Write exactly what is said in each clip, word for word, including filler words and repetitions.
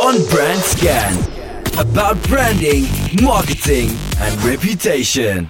on BrandScan. About branding, marketing and reputation.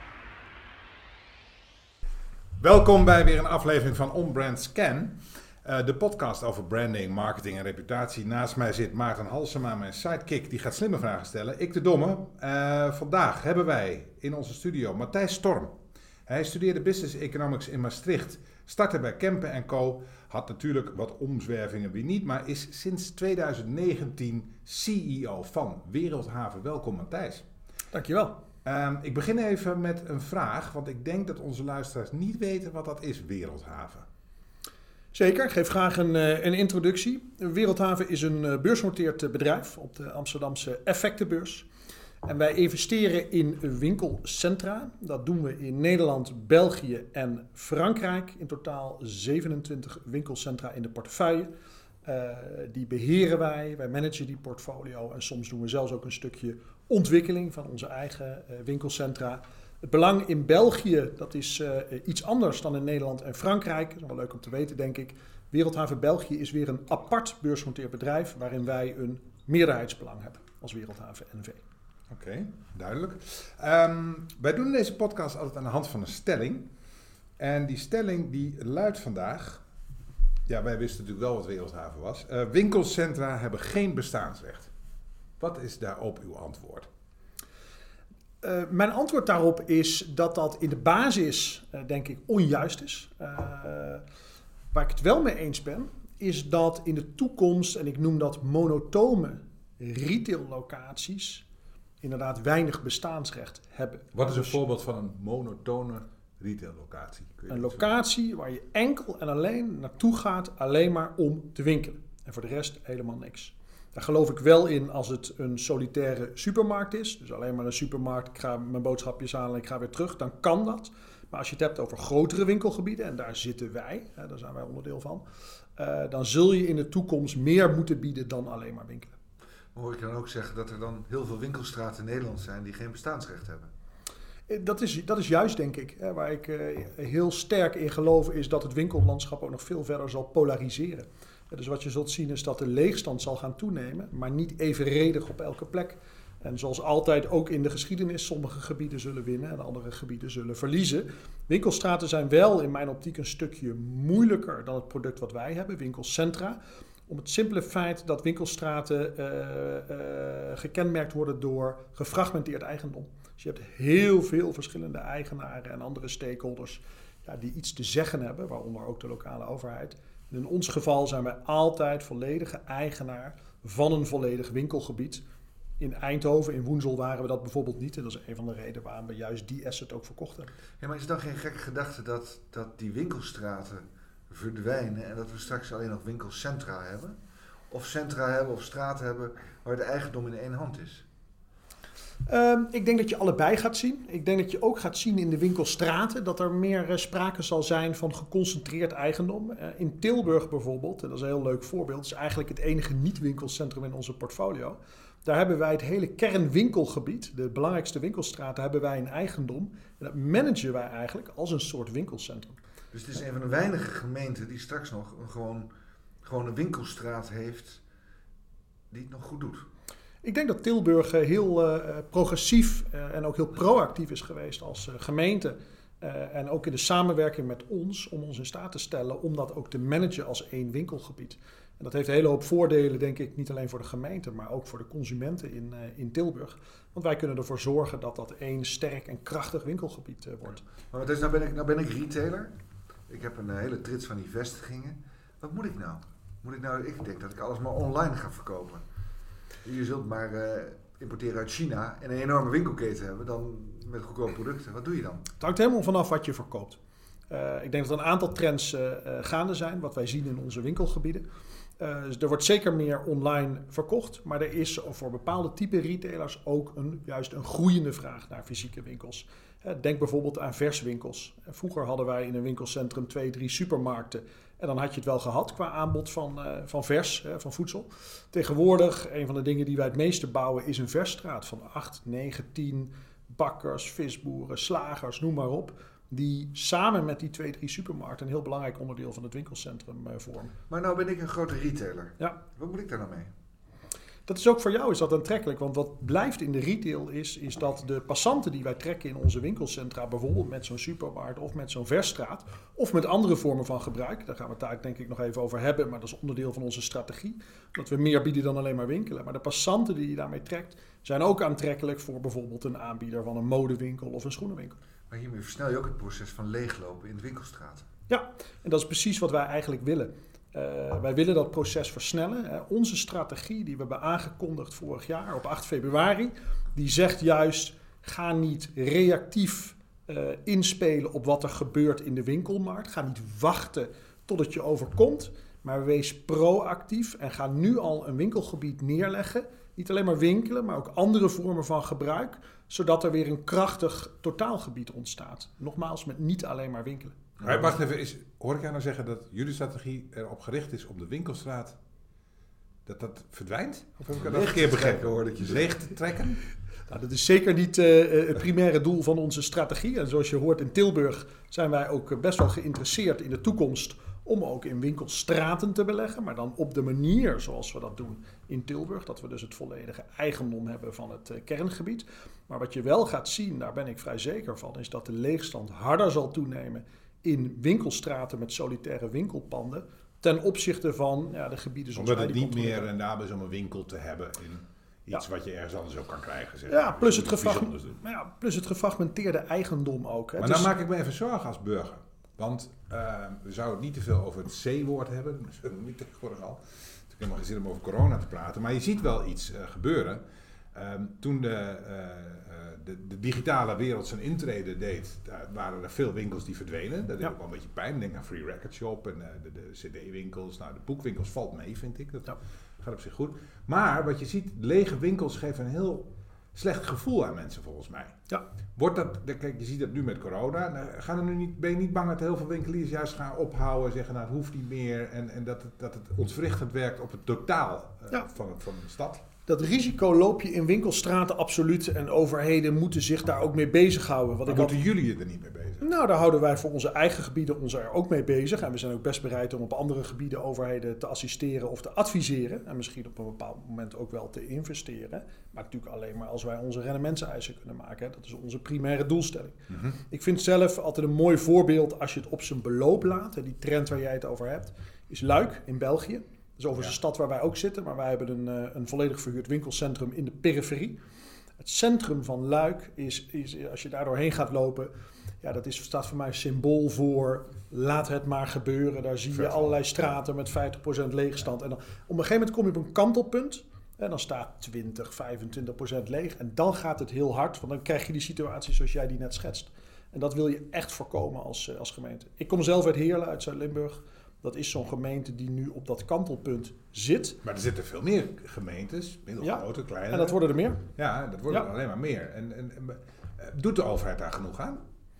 Welkom bij weer een aflevering van On BrandScan. Uh, de podcast over branding, marketing en reputatie. Naast mij zit Maarten Halsema, mijn sidekick, die gaat slimme vragen stellen. Ik de domme. Uh, vandaag hebben wij in onze studio Matthijs Storm. Hij studeerde Business Economics in Maastricht, startte bij Kempen en Co. Had natuurlijk wat omzwervingen, wie niet, maar is sinds twintig negentien C E O van Wereldhaven. Welkom Matthijs. Dankjewel. Um, ik begin even met een vraag, want ik denk dat onze luisteraars niet weten wat dat is, Wereldhaven. Zeker, ik geef graag een, een introductie. Wereldhaven is een beursgenoteerd bedrijf op de Amsterdamse Effectenbeurs. En wij investeren in winkelcentra. Dat doen we in Nederland, België en Frankrijk. In totaal zevenentwintig winkelcentra in de portefeuille. Uh, die beheren wij, wij managen die portfolio en soms doen we zelfs ook een stukje ontwikkeling van onze eigen uh, winkelcentra. Het belang in België, dat is uh, iets anders dan in Nederland en Frankrijk. Dat is wel leuk om te weten, denk ik. Wereldhaven België is weer een apart beursgenoteerd bedrijf waarin wij een meerderheidsbelang hebben als Wereldhaven N V. Oké, okay, duidelijk. Um, wij doen deze podcast altijd aan de hand van een stelling. En die stelling die luidt vandaag... Ja, wij wisten natuurlijk wel wat Wereldhaven was. Uh, winkelcentra hebben geen bestaansrecht. Wat is daarop uw antwoord? Uh, mijn antwoord daarop is dat dat in de basis, uh, denk ik, onjuist is. Uh, waar ik het wel mee eens ben, is dat in de toekomst, en ik noem dat monotone retaillocaties, inderdaad weinig bestaansrecht hebben. Wat is een dus, voorbeeld van een monotone retaillocatie? Een locatie waar je enkel en alleen naartoe gaat, alleen maar om te winkelen. En voor de rest helemaal niks. Daar geloof ik wel in als het een solitaire supermarkt is. Dus alleen maar een supermarkt, ik ga mijn boodschapjes halen en ik ga weer terug. Dan kan dat. Maar als je het hebt over grotere winkelgebieden, en daar zitten wij, hè, daar zijn wij onderdeel van. Uh, dan zul je in de toekomst meer moeten bieden dan alleen maar winkelen. Hoor ik dan ook zeggen dat er dan heel veel winkelstraten in Nederland zijn die geen bestaansrecht hebben? Dat is, dat is juist, denk ik. Hè, waar ik uh, heel sterk in geloof is dat het winkellandschap ook nog veel verder zal polariseren. Dus wat je zult zien is dat de leegstand zal gaan toenemen, maar niet evenredig op elke plek. En zoals altijd ook in de geschiedenis, sommige gebieden zullen winnen en andere gebieden zullen verliezen. Winkelstraten zijn wel in mijn optiek een stukje moeilijker dan het product wat wij hebben, winkelcentra. Om het simpele feit dat winkelstraten uh, uh, gekenmerkt worden door gefragmenteerd eigendom. Dus je hebt heel veel verschillende eigenaren en andere stakeholders ja, die iets te zeggen hebben, waaronder ook de lokale overheid. In ons geval zijn wij altijd volledige eigenaar van een volledig winkelgebied. In Eindhoven, in Woensel waren we dat bijvoorbeeld niet. En dat is een van de redenen waarom we juist die asset ook verkocht hebben. Ja, maar is het dan geen gekke gedachte dat, dat die winkelstraten verdwijnen en dat we straks alleen nog winkelcentra hebben? Of centra hebben of straten hebben waar de eigendom in één hand is? Um, ik denk dat je allebei gaat zien. Ik denk dat je ook gaat zien in de winkelstraten dat er meer uh, sprake zal zijn van geconcentreerd eigendom. Uh, in Tilburg bijvoorbeeld, en dat is een heel leuk voorbeeld, is eigenlijk het enige niet-winkelcentrum in onze portfolio. Daar hebben wij het hele kernwinkelgebied, de belangrijkste winkelstraten, hebben wij in eigendom. En dat managen wij eigenlijk als een soort winkelcentrum. Dus het is een van de weinige gemeenten die straks nog een gewoon, gewoon een winkelstraat heeft die het nog goed doet. Ik denk dat Tilburg heel uh, progressief uh, en ook heel proactief is geweest als uh, gemeente. Uh, en ook in de samenwerking met ons om ons in staat te stellen om dat ook te managen als één winkelgebied. En dat heeft een hele hoop voordelen, denk ik, niet alleen voor de gemeente, maar ook voor de consumenten in, uh, in Tilburg. Want wij kunnen ervoor zorgen dat dat één sterk en krachtig winkelgebied uh, wordt. Maar wat is, nou, ben ik, nou ben ik retailer. Ik heb een uh, hele trits van die vestigingen. Wat moet ik nou? Moet ik nou? Ik denk dat ik alles maar online ga verkopen. Je zult maar uh, importeren uit China en een enorme winkelketen hebben dan met goedkope producten. Wat doe je dan? Het hangt helemaal vanaf wat je verkoopt. Uh, ik denk dat er een aantal trends uh, uh, gaande zijn, wat wij zien in onze winkelgebieden. Uh, dus er wordt zeker meer online verkocht, maar er is voor bepaalde type retailers ook een, juist een groeiende vraag naar fysieke winkels. Uh, denk bijvoorbeeld aan verswinkels. Uh, vroeger hadden wij in een winkelcentrum twee, drie supermarkten. En dan had je het wel gehad qua aanbod van, uh, van vers, uh, van voedsel. Tegenwoordig, een van de dingen die wij het meeste bouwen, is een versstraat van acht, negen, tien bakkers, visboeren, slagers, noem maar op. Die samen met die twee, drie supermarkten een heel belangrijk onderdeel van het winkelcentrum uh, vormen. Maar nou ben ik een grote retailer. Ja. Wat moet ik daar nou mee? Dat is ook voor jou is dat aantrekkelijk, want wat blijft in de retail is, is dat de passanten die wij trekken in onze winkelcentra, bijvoorbeeld met zo'n supermarkt of met zo'n Versstraat, of met andere vormen van gebruik, daar gaan we het daar denk ik nog even over hebben, maar dat is onderdeel van onze strategie, dat we meer bieden dan alleen maar winkelen. Maar de passanten die je daarmee trekt, zijn ook aantrekkelijk voor bijvoorbeeld een aanbieder van een modewinkel of een schoenenwinkel. Maar hiermee versnel je ook het proces van leeglopen in de winkelstraat. Ja, en dat is precies wat wij eigenlijk willen. Uh, wij willen dat proces versnellen. Uh, onze strategie die we hebben aangekondigd vorig jaar op acht februari, die zegt juist, ga niet reactief uh, inspelen op wat er gebeurt in de winkelmarkt. Ga niet wachten tot het je overkomt, maar wees proactief en ga nu al een winkelgebied neerleggen. Niet alleen maar winkelen, maar ook andere vormen van gebruik, zodat er weer een krachtig totaalgebied ontstaat. Nogmaals, met niet alleen maar winkelen. Maar wacht even, is, hoor ik jou nou zeggen dat jullie strategie erop gericht is om de winkelstraat, dat dat verdwijnt? Of heb ik dat een keer begrepen? Hoor, dat je leeg te trekken? Nou, dat is zeker niet uh, het primaire doel van onze strategie. En zoals je hoort in Tilburg zijn wij ook best wel geïnteresseerd in de toekomst om ook in winkelstraten te beleggen, maar dan op de manier zoals we dat doen in Tilburg, dat we dus het volledige eigendom hebben van het uh, kerngebied. Maar wat je wel gaat zien, daar ben ik vrij zeker van, is dat de leegstand harder zal toenemen in winkelstraten met solitaire winkelpanden ten opzichte van ja, de gebieden zoals Omdat wij het die niet meer controleren. rendabel is om een winkel te hebben in iets Ja. wat je ergens anders ook kan krijgen. Zeg. Ja, plus het, Iets gefrag- bijzonders doen. ja, plus het gefragmenteerde eigendom ook. Hè. Maar Het dan is- maak ik me even zorgen als burger. Want uh, we zouden het niet te veel over het C-woord hebben. Dat zullen we niet tegenwoordig al. Ik heb helemaal geen zin om over corona te praten. Maar je ziet wel iets uh, gebeuren. Um, toen de, uh, uh, de, de digitale wereld zijn intrede deed, daar waren er veel winkels die verdwenen. Dat deed Ja. ook wel een beetje pijn. Denk aan Free Record Shop en uh, de, de cd-winkels. Nou, de boekwinkels valt mee, vind ik. Dat Ja. gaat op zich goed. Maar wat je ziet, lege winkels geven een heel slecht gevoel aan mensen volgens mij. Ja. Wordt dat, kijk, je ziet dat nu met corona. Nou, gaan er nu niet, ben je niet bang dat heel veel winkeliers juist gaan ophouden, zeggen nou het hoeft niet meer en, en dat, het, dat het ontwrichtend werkt op het totaal uh, Ja. van, van de stad? Dat risico loop je in winkelstraten absoluut en overheden moeten zich daar ook mee bezighouden. Wat Maar ik moeten al... jullie er niet mee bezig? Nou, daar houden wij voor onze eigen gebieden ons er ook mee bezig. En we zijn ook best bereid om op andere gebieden overheden te assisteren of te adviseren. En misschien op een bepaald moment ook wel te investeren. Maar natuurlijk alleen maar als wij onze rendementseisen kunnen maken. Dat is onze primaire doelstelling. Mm-hmm. Ik vind zelf altijd een mooi voorbeeld als je het op zijn beloop laat. Die trend waar jij het over hebt, is Luik in België. Dat is overigens Ja. een stad waar wij ook zitten. Maar wij hebben een, een volledig verhuurd winkelcentrum in de periferie. Het centrum van Luik is, is als je daar doorheen gaat lopen, ja, dat is, staat voor mij symbool voor laat het maar gebeuren. Daar zie je Vet. allerlei straten met vijftig procent leegstand. En dan, op een gegeven moment kom je op een kantelpunt. En dan staat twintig, vijfentwintig procent leeg. En dan gaat het heel hard, want dan krijg je die situatie zoals jij die net schetst. En dat wil je echt voorkomen als, als gemeente. Ik kom zelf uit Heerlen, uit Zuid-Limburg. Dat is zo'n gemeente die nu op dat kantelpunt zit. Maar er zitten veel meer gemeentes, middelgrote, ja. kleine. En dat worden er meer. Ja, dat worden Ja. er alleen maar meer. En, en, en doet de overheid daar genoeg aan?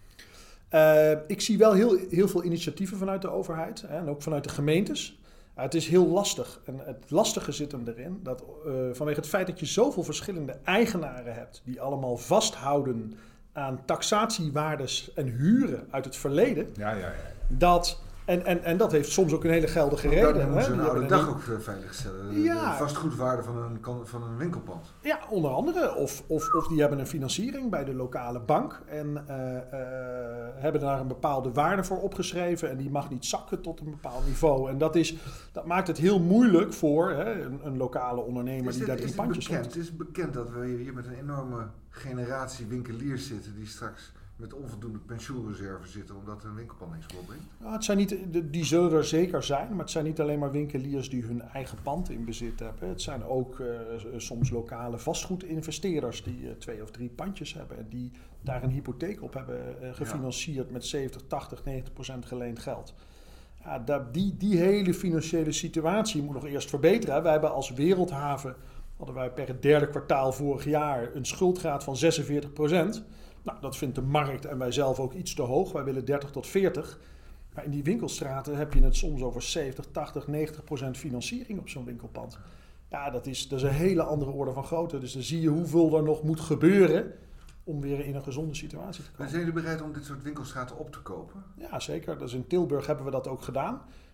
Uh, ik zie wel heel, heel veel initiatieven vanuit de overheid hè, en ook vanuit de gemeentes. Uh, het is heel lastig. En het lastige zit hem erin dat uh, vanwege het feit dat je zoveel verschillende eigenaren hebt die allemaal vasthouden aan taxatiewaardes en huren uit het verleden, Ja, ja, ja. dat... En, en, en dat heeft soms ook een hele geldige Want reden. daar moeten hè. ze een Die oude hebben dag een- ook uh, veiligstellen. De, Ja. de vastgoedwaarde van een, kan- van een winkelpand. Ja, onder andere. Of, of, of die hebben een financiering bij de lokale bank en uh, uh, hebben daar een bepaalde waarde voor opgeschreven en die mag niet zakken tot een bepaald niveau. En dat, is, dat maakt het heel moeilijk voor hè, een, een lokale ondernemer Is die dit, daar is drie het pandjes bekend? heeft. Is het bekend dat we hier met een enorme generatie winkeliers zitten die straks met onvoldoende pensioenreserve zitten omdat een winkelpand niks opbrengt? Nou, het zijn niet, de- die zullen er zeker zijn, maar het zijn niet alleen maar winkeliers die hun eigen pand in bezit hebben. Het zijn ook uh, soms lokale vastgoedinvesteerders die uh, twee of drie pandjes hebben en die daar een hypotheek op hebben uh, gefinancierd met zeventig, tachtig, negentig procent geleend geld. Ja, dat, die, die hele financiële situatie moet nog eerst verbeteren. Wij hebben als wereldhaven, hadden wij per het derde kwartaal vorig jaar een schuldgraad van zesenveertig procent. Nou, dat vindt de markt en wij zelf ook iets te hoog. Wij willen dertig tot veertig. Maar in die winkelstraten heb je het soms over zeventig, tachtig, negentig procent financiering op zo'n winkelpand. Ja, dat is, dat is een hele andere orde van grootte. Dus dan zie je hoeveel er nog moet gebeuren om weer in een gezonde situatie te Maar komen. zijn jullie bereid om dit soort winkelstraten op te kopen? Ja, zeker. Dus in Tilburg hebben we dat ook gedaan.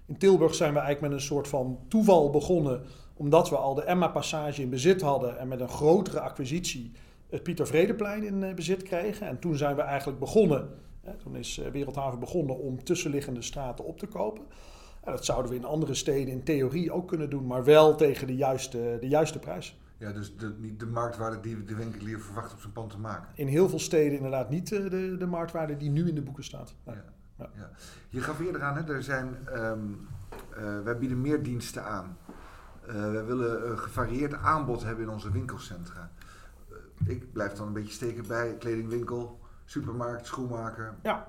In Tilburg zijn we eigenlijk met een soort van toeval begonnen, omdat we al de Emma-passage in bezit hadden en met een grotere acquisitie het Pieter Vredeplein in uh, bezit kregen. En toen zijn we eigenlijk begonnen, hè, toen is uh, Wereldhaven begonnen om tussenliggende straten op te kopen. En dat zouden we in andere steden in theorie ook kunnen doen, maar wel tegen de juiste, de juiste prijs. Ja, dus de, niet de marktwaarde die de winkelier verwacht op zijn pand te maken. In heel veel steden inderdaad niet uh, de, de marktwaarde die nu in de boeken staat. Nee. Ja. Ja. Ja. Je gaf eerder aan, hè, er zijn, um, uh, wij bieden meer diensten aan. Uh, wij willen een gevarieerd aanbod hebben in onze winkelcentra. Uh, ik blijf dan een beetje steken bij kledingwinkel, supermarkt, schoenmaker. Ja,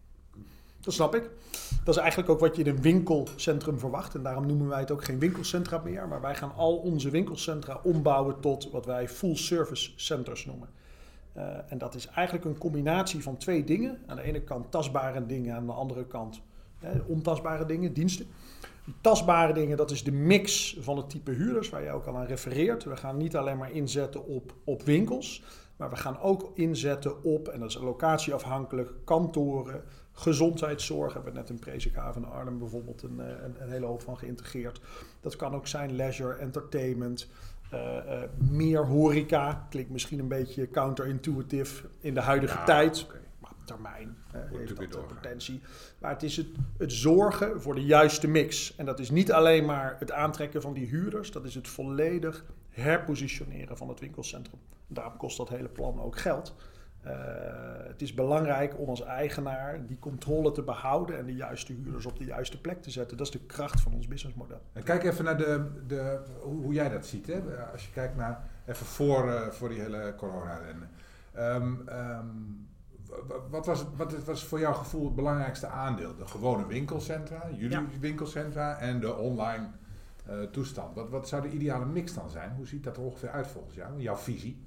dat snap ik. Dat is eigenlijk ook wat je in een winkelcentrum verwacht. En daarom noemen wij het ook geen winkelcentra meer. Maar wij gaan al onze winkelcentra ombouwen tot wat wij full-service centers noemen. Uh, en dat is eigenlijk een combinatie van twee dingen. Aan de ene kant tastbare dingen, aan de andere kant eh, ontastbare dingen, diensten. Die tastbare dingen, dat is de mix van het type huurders waar je ook al aan refereert. We gaan niet alleen maar inzetten op, op winkels, maar we gaan ook inzetten op, en dat is locatieafhankelijk, kantoren, gezondheidszorg. Hebben we net in Presikhaven en Arnhem bijvoorbeeld een, een, een hele hoop van geïntegreerd. Dat kan ook zijn leisure, entertainment. Uh, uh, meer horeca, klinkt misschien een beetje counterintuitive in de huidige ja, tijd. Okay. Maar op termijn uh, heeft dat de potentie. Maar het is het, het zorgen voor de juiste mix. En dat is niet alleen maar het aantrekken van die huurders. Dat is het volledig herpositioneren van het winkelcentrum. Daarom kost dat hele plan ook geld. Uh, het is belangrijk om als eigenaar die controle te behouden en de juiste huurders op de juiste plek te zetten. Dat is de kracht van ons businessmodel. En kijk even naar de, de, hoe, hoe jij dat ziet. Hè? Als je kijkt naar, even voor, uh, voor die hele corona. Um, um, wat, was, wat was voor jouw gevoel het belangrijkste aandeel? De gewone winkelcentra, jullie ja. winkelcentra en de online uh, toestand. Wat, wat zou de ideale mix dan zijn? Hoe ziet dat er ongeveer uit volgens jou, jouw visie?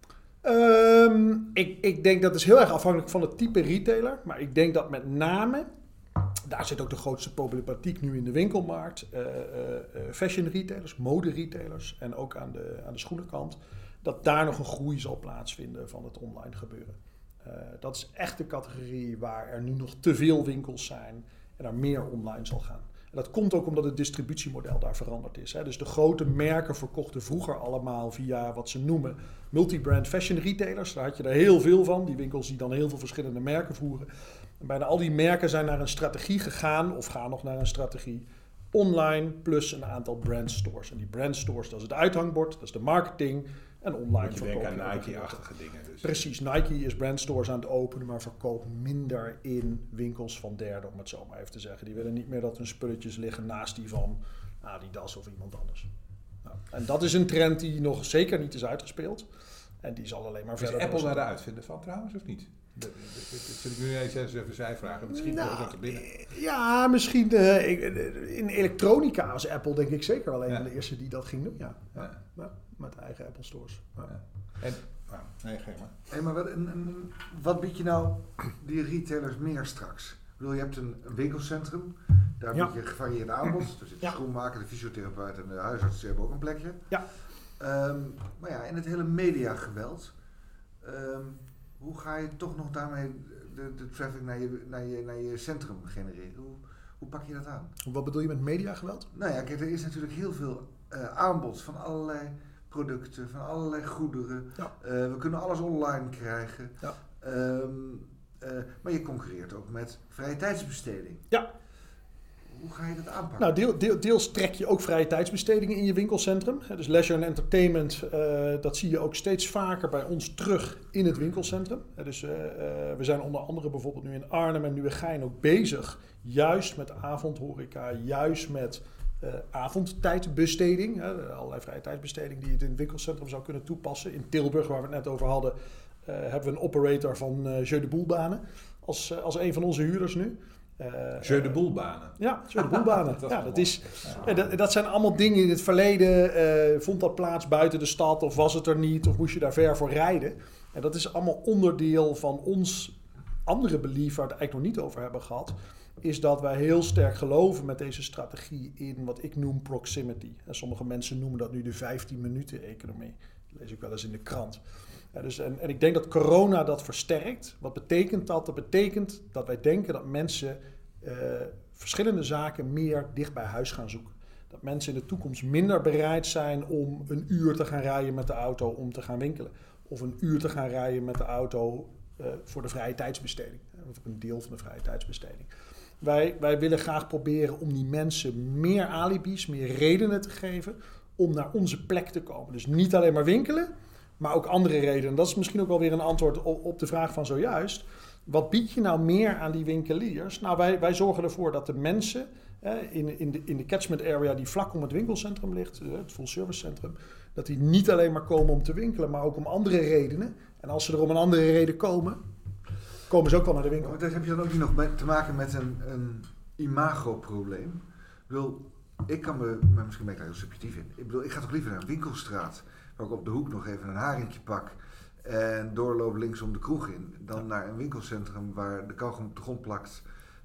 Um, ik, ik denk dat is heel erg afhankelijk van het type retailer. Maar ik denk dat met name, daar zit ook de grootste problematiek nu in de winkelmarkt. Uh, uh, fashion retailers, mode retailers en ook aan de, aan de schoenenkant. Dat daar nog een groei zal plaatsvinden van het online gebeuren. Uh, dat is echt de categorie waar er nu nog te veel winkels zijn en er meer online zal gaan. En dat komt ook omdat het distributiemodel daar veranderd is. Hè. Dus de grote merken verkochten vroeger allemaal via wat ze noemen multibrand fashion retailers. Daar had je er heel veel van. Die winkels die dan heel veel verschillende merken voeren. En bijna al die merken zijn naar een strategie gegaan of gaan nog naar een strategie online plus een aantal brandstores. En die brandstores, dat is het uithangbord, dat is de marketing. En online verkopen. Je denkt aan Nike-achtige dingen. Dus. Precies, Nike is brandstores aan het openen, maar verkoopt minder in winkels van derden, om het zo maar even te zeggen. Die willen niet meer dat hun spulletjes liggen naast die van Adidas of iemand anders. Nou, en dat is een trend die nog zeker niet is uitgespeeld. En die zal alleen maar is verder... Is Apple daar de uitvinder van trouwens, of niet? Dat zit ik nu eens even zijvragen. Misschien nou, nog te binnen. Ja, misschien uh, in elektronica als Apple denk ik zeker wel een ja. van de eerste die dat ging doen. Ja, ja. ja. ja met eigen Apple stores. Ja. Ja. En, nou, nee, geen maar. Hey, maar wat, en, en, wat bied je nou die retailers meer straks? Ik bedoel, je hebt een, een winkelcentrum. Daar ja. bied je gevarieerd aanbod. Er zit de ja. schoenmaker, de fysiotherapeut en de huisarts hebben ook een plekje. Ja. Um, maar ja, in het hele mediageweld... Um, hoe ga je toch nog daarmee de, de traffic naar je, naar, je, naar je centrum genereren? Hoe, hoe pak je dat aan? Wat bedoel je met mediageweld? Nou ja, kijk, er is natuurlijk heel veel uh, aanbod van allerlei producten, van allerlei goederen. Ja. Uh, we kunnen alles online krijgen. Ja. Um, uh, maar je concurreert ook met vrije tijdsbesteding. Ja. Hoe ga je dat aanpakken? Nou, deel, deel, deels trek je ook vrije tijdsbestedingen in je winkelcentrum. Dus leisure en entertainment, uh, dat zie je ook steeds vaker bij ons terug in het winkelcentrum. Dus uh, uh, we zijn onder andere bijvoorbeeld nu in Arnhem en Nieuwegein ook bezig, juist met avondhoreca, juist met uh, avondtijdbesteding. Uh, allerlei vrije tijdsbesteding die je in het winkelcentrum zou kunnen toepassen. In Tilburg, waar we het net over hadden, uh, hebben we een operator van uh, Jeu de Boelbanen als, uh, als een van onze huurders nu. Uh, Jeu de Boelbanen. Ja, Jeu de Boelbanen. dat, ja, dat, is, ja. dat, dat zijn allemaal dingen in het verleden. Uh, vond dat plaats buiten de stad of was het er niet? Of moest je daar ver voor rijden? En dat is allemaal onderdeel van ons andere belief waar we het eigenlijk nog niet over hebben gehad. Is dat wij heel sterk geloven met deze strategie in wat ik noem proximity. En sommige mensen noemen dat nu de vijftien minuten economie. Dat lees ik wel eens in de krant. Ja, dus en, en ik denk dat corona dat versterkt. Wat betekent dat? Dat betekent dat wij denken dat mensen uh, verschillende zaken meer dicht bij huis gaan zoeken. Dat mensen in de toekomst minder bereid zijn om een uur te gaan rijden met de auto om te gaan winkelen. Of een uur te gaan rijden met de auto uh, voor de vrije tijdsbesteding. Of een deel van de vrije tijdsbesteding. Wij, wij willen graag proberen om die mensen meer alibis, meer redenen te geven om naar onze plek te komen. Dus niet alleen maar winkelen, maar ook andere redenen. Dat is misschien ook wel weer een antwoord op, op de vraag van zojuist. Wat bied je nou meer aan die winkeliers? Nou, wij, wij zorgen ervoor dat de mensen eh, in, in, de, in de catchment area die vlak om het winkelcentrum ligt, uh, het full service centrum, dat die niet alleen maar komen om te winkelen, maar ook om andere redenen. En als ze er om een andere reden komen, komen ze ook wel naar de winkel. Maar daar heb je dan ook niet nog mee te maken met een, een imago-probleem. Ik bedoel, ik kan me, maar misschien ben ik daar heel subjectief in. Ik bedoel, ik ga toch liever naar een winkelstraat, waar ik op de hoek nog even een haringje pak en doorloop linksom de kroeg in, dan naar een winkelcentrum waar de kauwgom op de grond plakt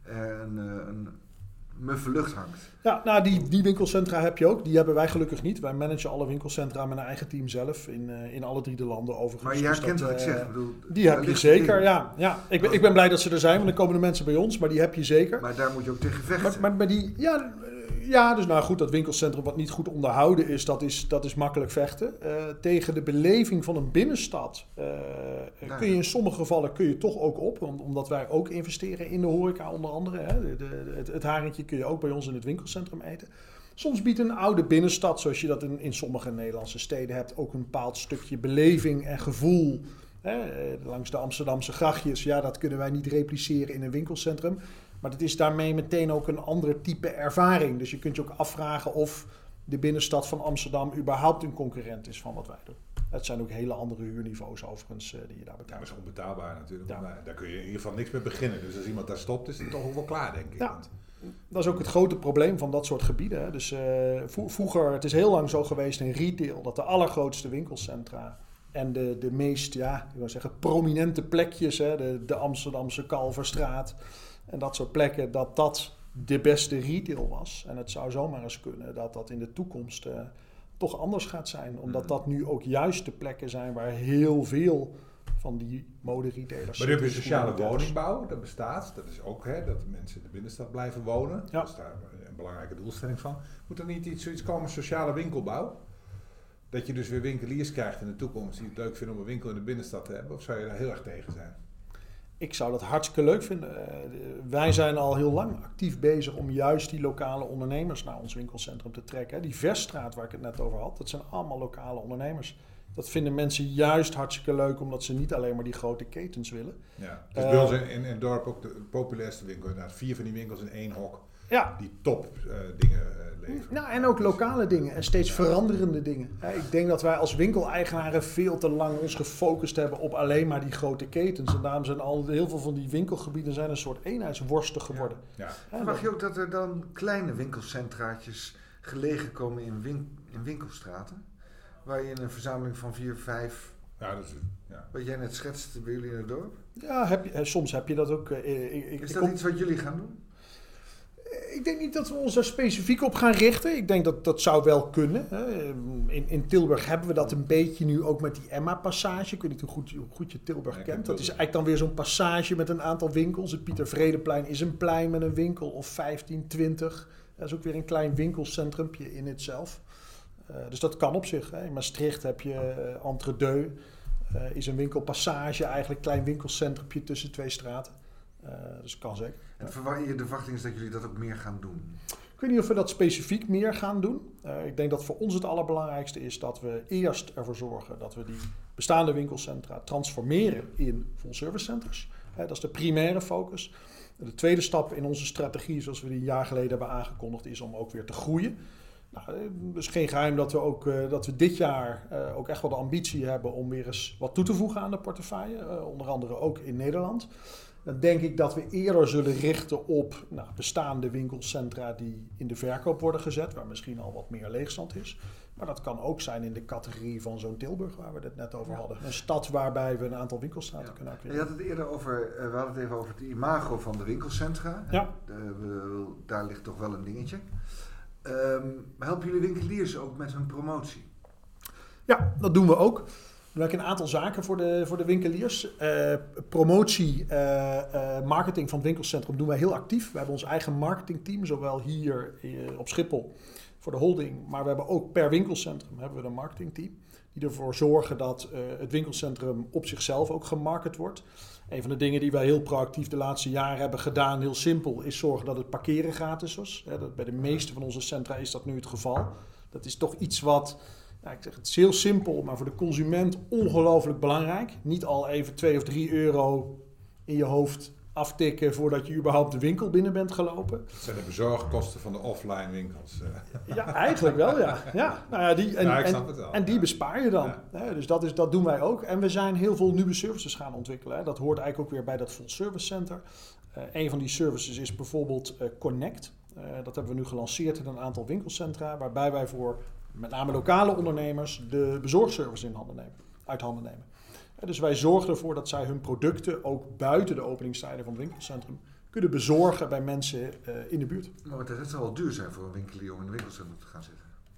en uh, een muffe lucht hangt. Ja, nou die, die winkelcentra heb je ook. Die hebben wij gelukkig niet. Wij managen alle winkelcentra met een eigen team zelf in, uh, in alle drie de landen overigens. Maar je herkent dus wat dat, ik uh, zeg. Ik bedoel, die heb je zeker, ja. ja. Ik, ben, ik ben blij dat ze er zijn, want dan komen de mensen bij ons, maar die heb je zeker. Maar daar moet je ook tegen vechten. Maar, maar, maar die, ja, ja, dus nou goed, dat winkelcentrum wat niet goed onderhouden is, dat is, dat is makkelijk vechten. Uh, tegen de beleving van een binnenstad uh, ja. kun je in sommige gevallen kun je toch ook op, omdat wij ook investeren in de horeca onder andere. Hè. De, de, het, het haringje kun je ook bij ons in het winkelcentrum eten. Soms biedt een oude binnenstad, zoals je dat in, in sommige Nederlandse steden hebt, ook een bepaald stukje beleving en gevoel. Hè, langs de Amsterdamse grachtjes, ja, dat kunnen wij niet repliceren in een winkelcentrum. Maar het is daarmee meteen ook een ander type ervaring. Dus je kunt je ook afvragen of de binnenstad van Amsterdam überhaupt een concurrent is van wat wij doen. Het zijn ook hele andere huurniveaus overigens uh, die je daar betaalt. Ja, dat is onbetaalbaar natuurlijk. Ja. Maar daar kun je in ieder geval niks mee beginnen. Dus als iemand daar stopt, is het toch ook wel klaar, denk ik. Ja. Want Dat is ook het grote probleem van dat soort gebieden. Hè. Dus uh, vo- vroeger, het is heel lang zo geweest in retail, dat de allergrootste winkelcentra en de, de meest, ja, ik wil zeggen, prominente plekjes, hè, de, de Amsterdamse Kalverstraat en dat soort plekken, dat dat de beste retail was. En het zou zomaar eens kunnen dat dat in de toekomst uh, toch anders gaat zijn. Omdat dat nu ook juist de plekken zijn waar heel veel van die mode-retailers... Maar nu heb je sociale woningbouw, dat bestaat. Dat is ook, hè, dat de mensen in de binnenstad blijven wonen. Ja. Dat is daar een belangrijke doelstelling van. Moet er niet iets, zoiets komen, sociale winkelbouw? Dat je dus weer winkeliers krijgt in de toekomst die het leuk vinden om een winkel in de binnenstad te hebben? Of zou je daar heel erg tegen zijn? Ik zou dat hartstikke leuk vinden. Uh, wij zijn al heel lang actief bezig om juist die lokale ondernemers naar ons winkelcentrum te trekken. Die Versstraat waar ik het net over had, dat zijn allemaal lokale ondernemers. Dat vinden mensen juist hartstikke leuk, omdat ze niet alleen maar die grote ketens willen. Ja, dus Uh, bij ons in, in, in het dorp ook de populairste winkel. Inderdaad, vier van die winkels in één hok. Ja. Die top uh, dingen uh, leveren. Nou, en ook lokale dingen en steeds veranderende dingen. Ik denk dat wij als winkeleigenaren veel te lang ons gefocust hebben op alleen maar die grote ketens. En daarom zijn al heel veel van die winkelgebieden zijn een soort eenheidsworsten geworden. Ja. Ja. Verwacht je ook dat er dan kleine winkelcentraatjes gelegen komen in, win- in winkelstraten? Waar je in een verzameling van vier, vijf, Ja, dat is, ja. wat jij net schetste bij jullie in het dorp. Ja, heb je, soms heb je dat ook. Uh, ik, ik, Is ik dat kom, iets wat jullie gaan doen? Ik denk niet dat we ons daar specifiek op gaan richten. Ik denk dat dat zou wel kunnen. In, in Tilburg hebben we dat een beetje nu ook met die Emma-passage. Ik weet niet hoe goed, hoe goed je Tilburg Nee, kent. Tilburg. Dat is eigenlijk dan weer zo'n passage met een aantal winkels. Het Pieter Vredeplein is een plein met een winkel of vijftien, twintig. Dat is ook weer een klein winkelcentrumpje in het zelf. Uh, dus dat kan op zich. Hè. In Maastricht heb je uh, Entre-Deux. Uh, is een winkelpassage, eigenlijk een klein winkelcentrumpje tussen twee straten. Uh, dus kan zeker. En verwacht je de verwachting is dat jullie dat ook meer gaan doen? Ik weet niet of we dat specifiek meer gaan doen. Uh, ik denk dat voor ons het allerbelangrijkste is dat we eerst ervoor zorgen dat we die bestaande winkelcentra transformeren in full-service centers. Uh, dat is de primaire focus. De tweede stap in onze strategie, zoals we die een jaar geleden hebben aangekondigd, is om ook weer te groeien. Nou, het is geen geheim dat we, ook, uh, dat we dit jaar uh, ook echt wel de ambitie hebben om weer eens wat toe te voegen aan de portefeuille. Uh, onder andere ook in Nederland. Dan denk ik dat we eerder zullen richten op nou, bestaande winkelcentra die in de verkoop worden gezet, waar misschien al wat meer leegstand is. Maar dat kan ook zijn in de categorie van zo'n Tilburg, waar we het net over hadden. Een stad waarbij we een aantal winkelstraten Ja. kunnen Je acquireren. had het eerder over, uh, we hadden het even over het imago van de winkelcentra. Ja. Uh, we, daar ligt toch wel een dingetje. Um, helpen jullie winkeliers ook met hun promotie? Ja, dat doen we ook. We werken een aantal zaken voor de, voor de winkeliers. Uh, promotie, uh, uh, marketing van het winkelcentrum doen wij heel actief. We hebben ons eigen marketingteam, zowel hier uh, op Schiphol voor de holding. Maar we hebben ook per winkelcentrum hebben we een marketingteam. Die ervoor zorgen dat uh, het winkelcentrum op zichzelf ook gemarket wordt. Een van de dingen die wij heel proactief de laatste jaren hebben gedaan, heel simpel, is zorgen dat het parkeren gratis is. Ja, dat bij de meeste van onze centra is dat nu het geval. Dat is toch iets wat, ja, ik zeg het is heel simpel, maar voor de consument ongelooflijk belangrijk. Niet al even twee of drie euro in je hoofd aftikken voordat je überhaupt de winkel binnen bent gelopen. Dat zijn de bezorgkosten van de offline winkels. Ja, eigenlijk wel, ja. ja, nou ja die, en, ja ik snap en, het wel. En die ja. bespaar je dan. Ja. Hè, dus dat, is, dat doen wij ook. En we zijn heel veel nieuwe services gaan ontwikkelen. Hè. Dat hoort eigenlijk ook weer bij dat full service center. Uh, een van die services is bijvoorbeeld uh, Connect. Uh, dat hebben we nu gelanceerd in een aantal winkelcentra, waarbij wij voor met name lokale ondernemers de bezorgservice in handen nemen, uit handen nemen. Dus wij zorgen ervoor dat zij hun producten ook buiten de openingstijden van het winkelcentrum kunnen bezorgen bij mensen uh, in de buurt. Maar het zal wel duur zijn voor een winkelier om in een winkelcentrum te gaan zitten.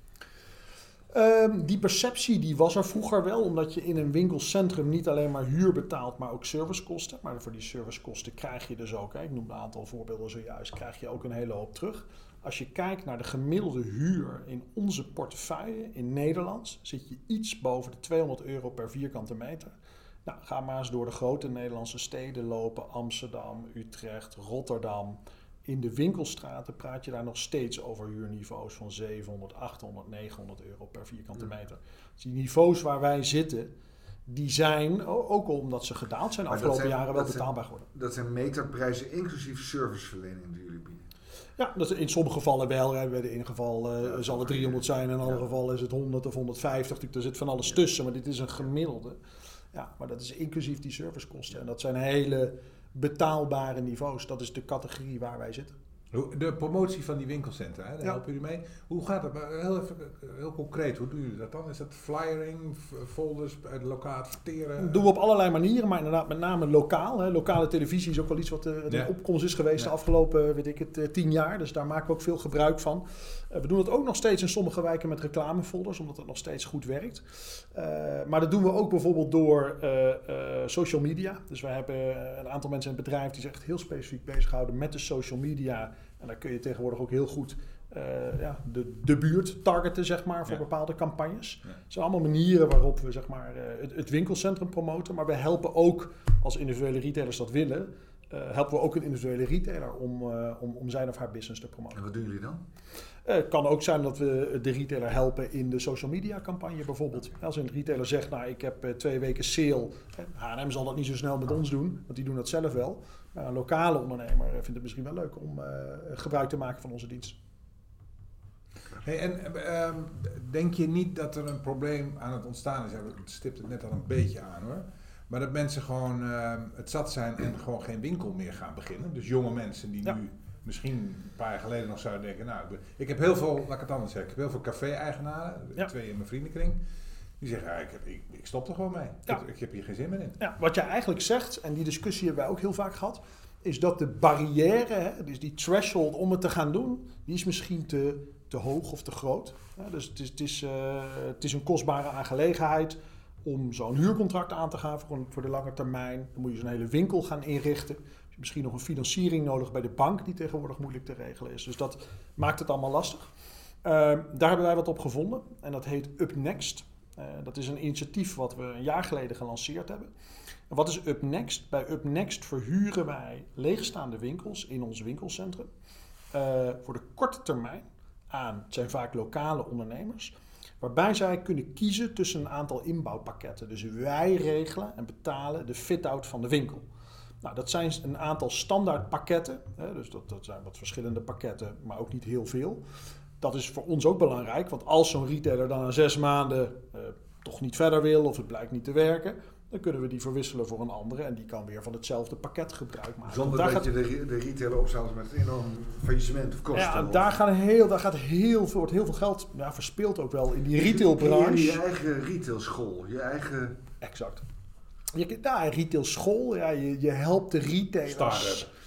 Um, die perceptie die was er vroeger wel, omdat je in een winkelcentrum niet alleen maar huur betaalt, maar ook servicekosten. Maar voor die servicekosten krijg je dus ook, hè, ik noem een aantal voorbeelden zojuist, krijg je ook een hele hoop terug. Als je kijkt naar de gemiddelde huur in onze portefeuille in Nederland, zit je iets boven de tweehonderd euro per vierkante meter. Nou, ga maar eens door de grote Nederlandse steden lopen, Amsterdam, Utrecht, Rotterdam. In de winkelstraten praat je daar nog steeds over huurniveaus van zevenhonderd, achthonderd, negenhonderd euro per vierkante meter. Dus die niveaus waar wij zitten, die zijn, ook al omdat ze gedaald zijn de afgelopen zijn, jaren, wel betaalbaar geworden. Dat zijn meterprijzen inclusief serviceverlening die jullie bieden? Ja, dat is in sommige gevallen wel. Hè. Bij de ene geval uh, ja, zal het driehonderd zijn, in een ander ja. geval is het honderd of honderdvijftig. Er zit van alles tussen, maar dit is een gemiddelde. Ja, maar dat is inclusief die servicekosten. En dat zijn hele betaalbare niveaus. Dat is de categorie waar wij zitten. De promotie van die winkelcentra, hè, daar ja. helpen jullie mee. Hoe gaat dat? Heel, even, heel concreet, hoe doen jullie dat dan? Is dat flyering, folders, lokaal adverteren? Dat doen we op allerlei manieren, maar inderdaad met name lokaal. Hè. Lokale televisie is ook wel iets wat uh, ja. een opkomst is geweest ja. de afgelopen, weet ik het, uh, tien jaar. Dus daar maken we ook veel gebruik van. Uh, we doen het ook nog steeds in sommige wijken met reclamefolders, omdat het nog steeds goed werkt. Uh, maar dat doen we ook bijvoorbeeld door uh, uh, social media. Dus we hebben een aantal mensen in het bedrijf die zich echt heel specifiek bezighouden met de social media. En daar kun je tegenwoordig ook heel goed uh, ja, de, de buurt targeten, zeg maar, voor ja. bepaalde campagnes. Ja. Het zijn allemaal manieren waarop we, zeg maar, uh, het, het winkelcentrum promoten. Maar we helpen ook, als individuele retailers dat willen, uh, helpen we ook een individuele retailer om, uh, om, om zijn of haar business te promoten. En wat doen jullie dan? Het uh, kan ook zijn dat we de retailer helpen in de social media campagne bijvoorbeeld. Als een retailer zegt, nou ik heb uh, twee weken sale. H en M zal dat niet zo snel met ons doen, want die doen dat zelf wel. Maar een lokale ondernemer vindt het misschien wel leuk om uh, gebruik te maken van onze dienst. Hey, en uh, denk je niet dat er een probleem aan het ontstaan is? Ja, we stipten het net al een beetje aan hoor. Maar dat mensen gewoon uh, het zat zijn en gewoon geen winkel meer gaan beginnen. Dus jonge mensen die ja. nu misschien een paar jaar geleden nog zouden denken, nou, ik heb heel veel, laat ik het anders zeggen, ik heb heel veel café-eigenaren, ja. twee in mijn vriendenkring. Die zeggen, ja, ik, ik, ik stop er gewoon mee. Ja. Ik, ik heb hier geen zin meer in. Ja, wat jij eigenlijk zegt, en die discussie hebben wij ook heel vaak gehad, is dat de barrière, hè, dus die threshold om het te gaan doen, die is misschien te, te hoog of te groot. Ja, dus het is, het, is, uh, het is een kostbare aangelegenheid om zo'n huurcontract aan te gaan voor, een, voor de lange termijn. Dan moet je zo'n hele winkel gaan inrichten. Je hebt misschien nog een financiering nodig bij de bank, die tegenwoordig moeilijk te regelen is. Dus dat maakt het allemaal lastig. Uh, daar hebben wij wat op gevonden en dat heet UpNext. Uh, dat is een initiatief wat we een jaar geleden gelanceerd hebben. En wat is UpNext? Bij UpNext verhuren wij leegstaande winkels in ons winkelcentrum uh, voor de korte termijn aan. Het zijn vaak lokale ondernemers, waarbij zij kunnen kiezen tussen een aantal inbouwpakketten. Dus wij regelen en betalen de fit-out van de winkel. Nou, dat zijn een aantal standaard pakketten, hè, dus dat, dat zijn wat verschillende pakketten, maar ook niet heel veel. Dat is voor ons ook belangrijk, want als zo'n retailer dan na zes maanden uh, toch niet verder wil of het blijkt niet te werken, dan kunnen we die verwisselen voor een andere en die kan weer van hetzelfde pakket gebruik maken. Zonder dat gaat, je de, de retailer opzoudt met een enorm faillissement of kosten. Ja, daar, gaan heel, daar gaat heel veel, wordt heel veel geld ja, verspeeld ook wel in die retailbranche. Je, je eigen retailschool, je eigen... Exact. Je, nou, retailschool, ja, je, je helpt de retailers. Start-up.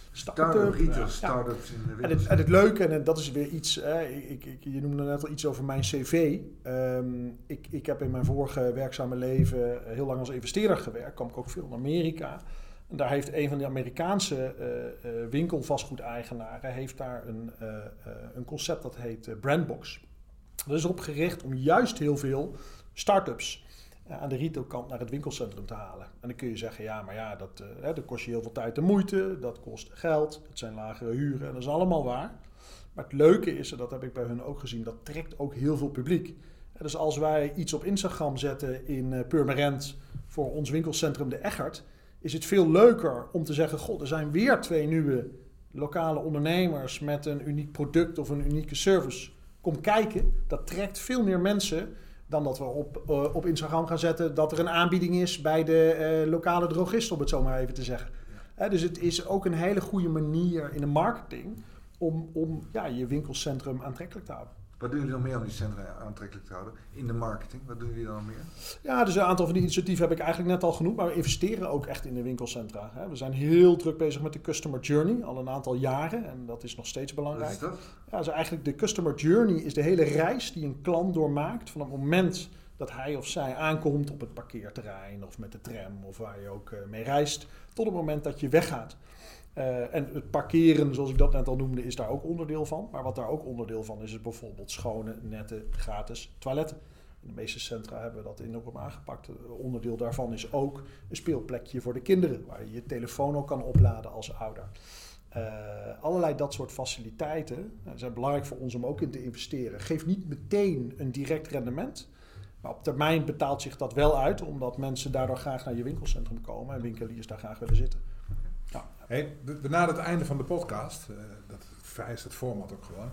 Start-up, retail, ja. start-ups in de En wereld. het, en het leuke, en dat is weer iets, hè, ik, ik, je noemde net al iets over mijn cv. Um, ik, ik heb in mijn vorige werkzame leven heel lang als investeerder gewerkt, kwam ik ook veel in Amerika. En daar heeft een van de Amerikaanse uh, uh, winkelvastgoedeigenaren heeft daar een, uh, uh, een concept dat heet uh, Brandbox. Dat is erop gericht om juist heel veel start-ups uh, aan de retailkant naar het winkelcentrum te halen. En dan kun je zeggen, ja, maar ja, dat, uh, hè, dat kost je heel veel tijd en moeite, dat kost geld, dat zijn lagere huren en dat is allemaal waar. Maar het leuke is, en dat heb ik bij hun ook gezien, dat trekt ook heel veel publiek. Uh, dus als wij iets op Instagram zetten in uh, Purmerend voor ons winkelcentrum De Eggert, is het veel leuker om te zeggen, god, er zijn weer twee nieuwe lokale ondernemers met een uniek product of een unieke service. Kom kijken, dat trekt veel meer mensen dan dat we op, uh, op Instagram gaan zetten dat er een aanbieding is bij de uh, lokale drogist, om het zo maar even te zeggen. Ja. Uh, dus het is ook een hele goede manier in de marketing om, om ja, je winkelcentrum aantrekkelijk te houden. Wat doen jullie dan meer om die centra aantrekkelijk te houden? In de marketing, wat doen jullie dan meer? Ja, dus een aantal van die initiatieven heb ik eigenlijk net al genoemd, maar we investeren ook echt in de winkelcentra. We zijn heel druk bezig met de customer journey, al een aantal jaren, en dat is nog steeds belangrijk. Wat is dat? Ja, dus eigenlijk de customer journey is de hele reis die een klant doormaakt van het moment dat hij of zij aankomt op het parkeerterrein of met de tram of waar je ook mee reist, tot het moment dat je weggaat. Uh, en het parkeren, zoals ik dat net al noemde, is daar ook onderdeel van. Maar wat daar ook onderdeel van is, is bijvoorbeeld schone, nette, gratis toiletten. In de meeste centra hebben we dat enorm aangepakt. Uh, onderdeel daarvan is ook een speelplekje voor de kinderen, waar je je telefoon ook kan opladen als ouder. Uh, allerlei dat soort faciliteiten uh, zijn belangrijk voor ons om ook in te investeren. Geeft niet meteen een direct rendement, maar op termijn betaalt zich dat wel uit, omdat mensen daardoor graag naar je winkelcentrum komen en winkeliers daar graag willen zitten. Ja. Hey, we, we naderen het einde van de podcast. Uh, dat vereist het format ook gewoon.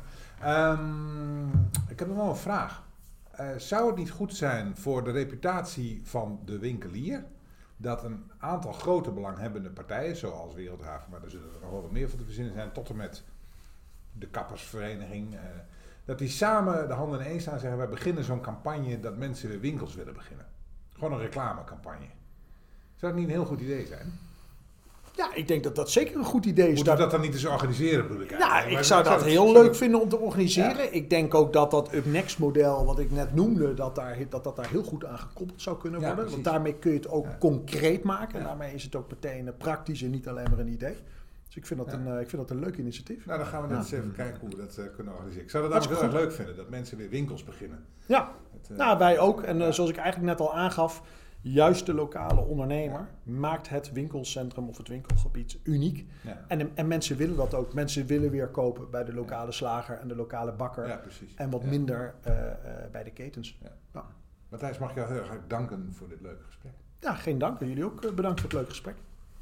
Um, ik heb nog wel een vraag. Uh, zou het niet goed zijn voor de reputatie van de winkelier dat een aantal grote belanghebbende partijen, zoals Wereldhaven, maar er zullen er nog wel wat meer van te verzinnen zijn, tot en met de kappersvereniging, uh, dat die samen de handen ineens staan en zeggen, wij beginnen zo'n campagne dat mensen weer winkels willen beginnen. Gewoon een reclamecampagne. Zou het niet een heel goed idee zijn? Ja, ik denk dat dat zeker een goed idee is. Moeten we dat dan niet eens organiseren, bedoel ik eigenlijk? Ja, ik zou dat heel leuk vinden om te organiseren. Ja. Ik denk ook dat dat UpNext model, wat ik net noemde, dat daar, dat, dat daar heel goed aan gekoppeld zou kunnen worden. Ja, want daarmee kun je het ook ja. concreet maken. En ja. daarmee is het ook meteen praktisch en niet alleen maar een idee. Dus ik vind dat, ja. een, ik vind dat een leuk initiatief. Nou, dan gaan we net ja. eens even kijken hoe we dat uh, kunnen organiseren. Ik zou dat ook heel erg leuk vinden, dat mensen weer winkels beginnen. Ja, het, uh, nou, wij ook. En uh, zoals ik eigenlijk net al aangaf, juist de lokale ondernemer ja. maakt het winkelcentrum of het winkelgebied uniek. Ja. En, en mensen willen dat ook. Mensen willen weer kopen bij de lokale slager en de lokale bakker. Ja, precies. En wat ja. minder uh, uh, bij de ketens. Ja. Ja. Matthijs, mag ik jou heel erg danken voor dit leuke gesprek. Ja, geen dank. Jullie ook uh, bedankt voor het leuke gesprek.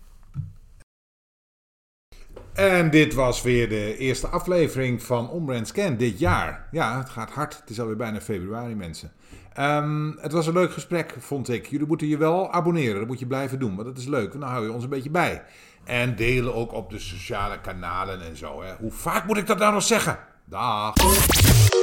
En dit was weer de eerste aflevering van OnBrand Scan dit jaar. Ja, het gaat hard. Het is alweer bijna februari, mensen. Um, het was een leuk gesprek, vond ik. Jullie moeten je wel abonneren. Dat moet je blijven doen, want dat is leuk. Dan hou je ons een beetje bij. En delen ook op de sociale kanalen en zo. Hè. Hoe vaak moet ik dat nou nog zeggen? Dag!